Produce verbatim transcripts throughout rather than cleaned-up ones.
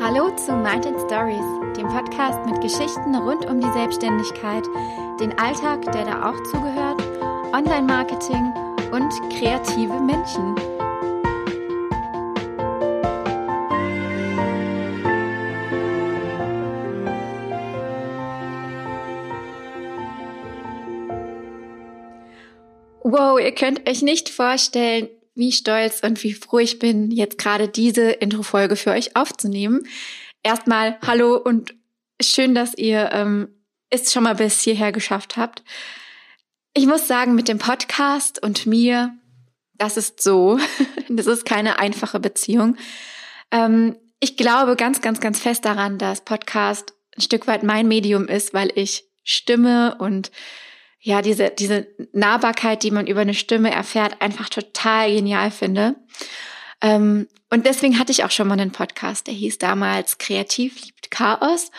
Hallo zu Mind and Stories, dem Podcast mit Geschichten rund um die Selbstständigkeit, den Alltag, der da auch zugehört, Online-Marketing und kreative Menschen. Wow, ihr könnt euch nicht vorstellen, wie stolz und wie froh ich bin, jetzt gerade diese Intro-Folge für euch aufzunehmen. Erstmal hallo und schön, dass ihr ähm, es schon mal bis hierher geschafft habt. Ich muss sagen, mit dem Podcast und mir, das ist so, das ist keine einfache Beziehung. Ähm, ich glaube ganz, ganz, ganz fest daran, dass Podcast ein Stück weit mein Medium ist, weil ich Stimme und ja, diese, diese Nahbarkeit, die man über eine Stimme erfährt, einfach total genial finde. Ähm, und deswegen hatte ich auch schon mal einen Podcast, der hieß damals Kreativ liebt Chaos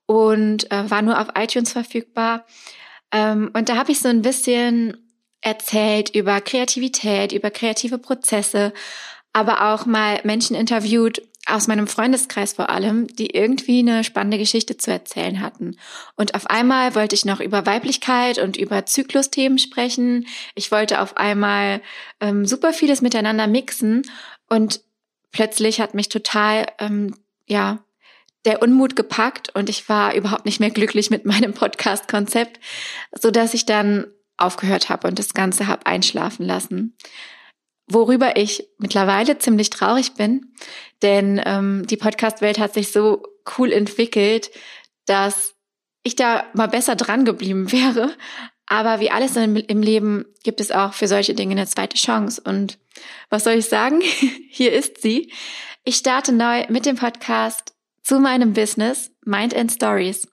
und äh, war nur auf iTunes verfügbar. Ähm, und da habe ich so ein bisschen erzählt über Kreativität, über kreative Prozesse, aber auch mal Menschen interviewt, aus meinem Freundeskreis vor allem, die irgendwie eine spannende Geschichte zu erzählen hatten. Und auf einmal wollte ich noch über Weiblichkeit und über Zyklusthemen sprechen. Ich wollte auf einmal ähm, super vieles miteinander mixen und plötzlich hat mich total ähm, ja der Unmut gepackt und ich war überhaupt nicht mehr glücklich mit meinem Podcast-Konzept, sodass ich dann aufgehört habe und das Ganze habe einschlafen lassen. Worüber ich mittlerweile ziemlich traurig bin, denn ähm, die Podcast-Welt hat sich so cool entwickelt, dass ich da mal besser dran geblieben wäre. Aber wie alles im, im Leben gibt es auch für solche Dinge eine zweite Chance. Und was soll ich sagen? Hier ist sie. Ich starte neu mit dem Podcast zu meinem Business Mind and Stories.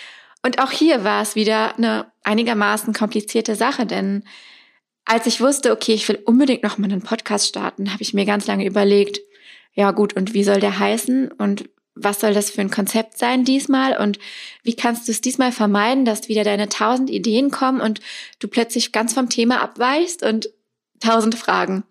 Und auch hier war es wieder eine einigermaßen komplizierte Sache, denn als ich wusste, okay, ich will unbedingt noch mal einen Podcast starten, habe ich mir ganz lange überlegt, ja gut, und wie soll der heißen und was soll das für ein Konzept sein diesmal und wie kannst du es diesmal vermeiden, dass wieder deine tausend Ideen kommen und du plötzlich ganz vom Thema abweichst und tausend Fragen.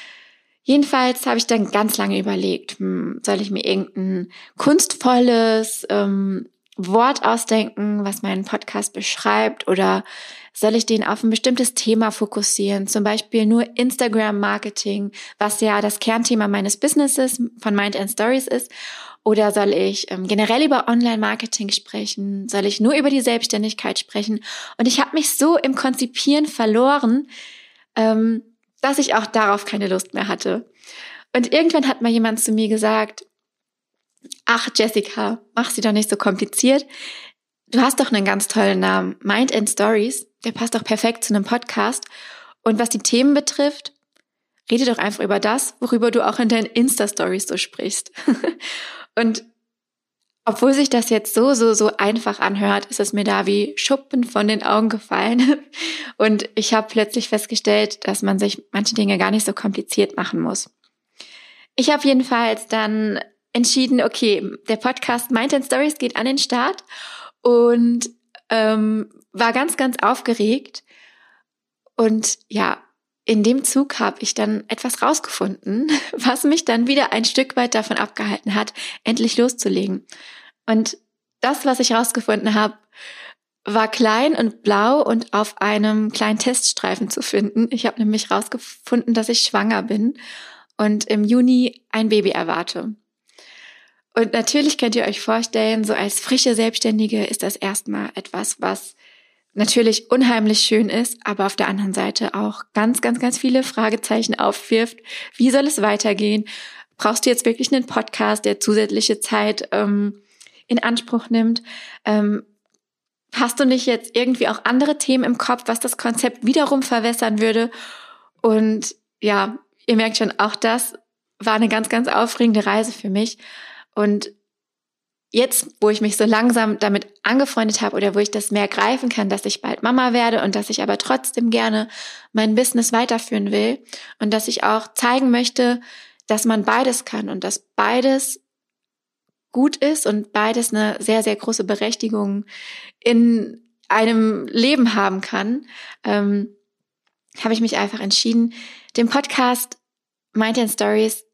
Jedenfalls habe ich dann ganz lange überlegt, hm, soll ich mir irgendein kunstvolles ähm, Wort ausdenken, was meinen Podcast beschreibt, oder soll ich den auf ein bestimmtes Thema fokussieren, zum Beispiel nur Instagram-Marketing, was ja das Kernthema meines Businesses von Mind and Stories ist, oder soll ich ähm, generell über Online-Marketing sprechen, soll ich nur über die Selbstständigkeit sprechen? Und ich habe mich so im Konzipieren verloren, ähm, dass ich auch darauf keine Lust mehr hatte. Und irgendwann hat mal jemand zu mir gesagt, ach Jessica, mach sie doch nicht so kompliziert. Du hast doch einen ganz tollen Namen, Mind and Stories, der passt doch perfekt zu einem Podcast. Und was die Themen betrifft, rede doch einfach über das, worüber du auch in deinen Insta-Stories so sprichst. Und obwohl sich das jetzt so, so, so einfach anhört, ist es mir da wie Schuppen von den Augen gefallen. Und ich habe plötzlich festgestellt, dass man sich manche Dinge gar nicht so kompliziert machen muss. Ich habe jedenfalls dann entschieden, okay, der Podcast Mind and Stories geht an den Start und ähm, war ganz, ganz aufgeregt. Und ja, in dem Zug habe ich dann etwas rausgefunden, was mich dann wieder ein Stück weit davon abgehalten hat, endlich loszulegen. Und das, was ich rausgefunden habe, war klein und blau und auf einem kleinen Teststreifen zu finden. Ich habe nämlich rausgefunden, dass ich schwanger bin und im Juni ein Baby erwarte. Und natürlich könnt ihr euch vorstellen, so als frische Selbstständige ist das erstmal etwas, was natürlich unheimlich schön ist, aber auf der anderen Seite auch ganz, ganz, ganz viele Fragezeichen aufwirft. Wie soll es weitergehen? Brauchst du jetzt wirklich einen Podcast, der zusätzliche Zeit ähm, in Anspruch nimmt? Ähm, hast du nicht jetzt irgendwie auch andere Themen im Kopf, was das Konzept wiederum verwässern würde? Und ja, ihr merkt schon, auch das war eine ganz, ganz aufregende Reise für mich. Und jetzt, wo ich mich so langsam damit angefreundet habe oder wo ich das mehr greifen kann, dass ich bald Mama werde und dass ich aber trotzdem gerne mein Business weiterführen will und dass ich auch zeigen möchte, dass man beides kann und dass beides gut ist und beides eine sehr, sehr große Berechtigung in einem Leben haben kann, ähm, habe ich mich einfach entschieden, den Podcast Mind and Stories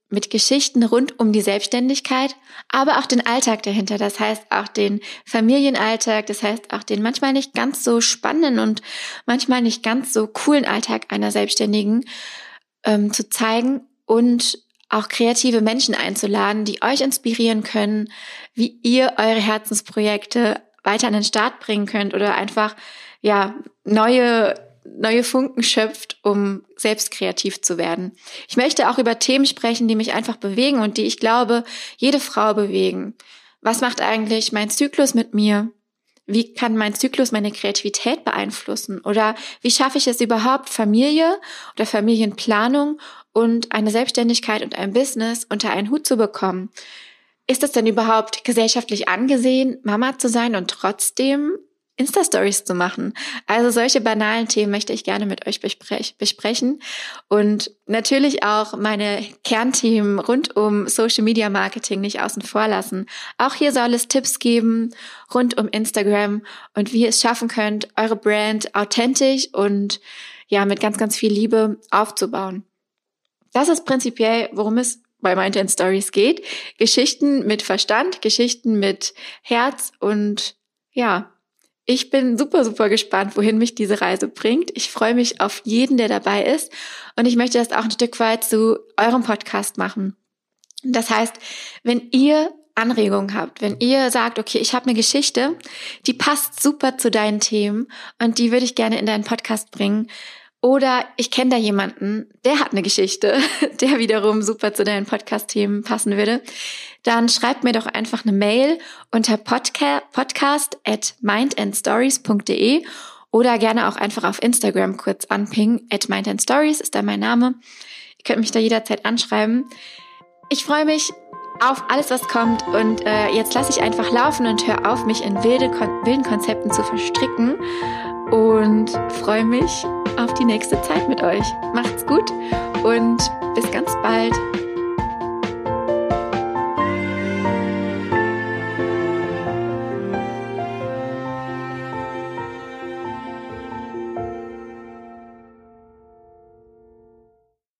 mit Geschichten rund um die Selbstständigkeit, aber auch den Alltag dahinter. Das heißt auch den Familienalltag, das heißt auch den manchmal nicht ganz so spannenden und manchmal nicht ganz so coolen Alltag einer Selbstständigen ähm, zu zeigen und auch kreative Menschen einzuladen, die euch inspirieren können, wie ihr eure Herzensprojekte weiter an den Start bringen könnt oder einfach ja neue neue Funken schöpft, um selbst kreativ zu werden. Ich möchte auch über Themen sprechen, die mich einfach bewegen und die, ich glaube, jede Frau bewegen. Was macht eigentlich mein Zyklus mit mir? Wie kann mein Zyklus meine Kreativität beeinflussen? Oder wie schaffe ich es überhaupt, Familie oder Familienplanung und eine Selbstständigkeit und ein Business unter einen Hut zu bekommen? Ist es denn überhaupt gesellschaftlich angesehen, Mama zu sein und trotzdem Insta-Stories zu machen? Also solche banalen Themen möchte ich gerne mit euch besprech- besprechen und natürlich auch meine Kernthemen rund um Social Media Marketing nicht außen vor lassen. Auch hier soll es Tipps geben rund um Instagram und wie ihr es schaffen könnt, eure Brand authentisch und ja mit ganz, ganz viel Liebe aufzubauen. Das ist prinzipiell, worum es bei Mind and Stories geht. Geschichten mit Verstand, Geschichten mit Herz und ja, ich bin super, super gespannt, wohin mich diese Reise bringt. Ich freue mich auf jeden, der dabei ist. Und ich möchte das auch ein Stück weit zu eurem Podcast machen. Das heißt, wenn ihr Anregungen habt, wenn ihr sagt, okay, ich habe eine Geschichte, die passt super zu deinen Themen und die würde ich gerne in deinen Podcast bringen. Oder ich kenne da jemanden, der hat eine Geschichte, der wiederum super zu deinen Podcast-Themen passen würde, dann schreibt mir doch einfach eine Mail unter podca- podcast at mindandstories punkt de oder gerne auch einfach auf Instagram kurz anpingen. at mindandstories ist da mein Name. Ihr könnt mich da jederzeit anschreiben. Ich freue mich auf alles, was kommt und äh, jetzt lasse ich einfach laufen und höre auf, mich in wilde Kon- wilden Konzepten zu verstricken und freue mich auf die nächste Zeit mit euch. Macht's gut und bis ganz bald.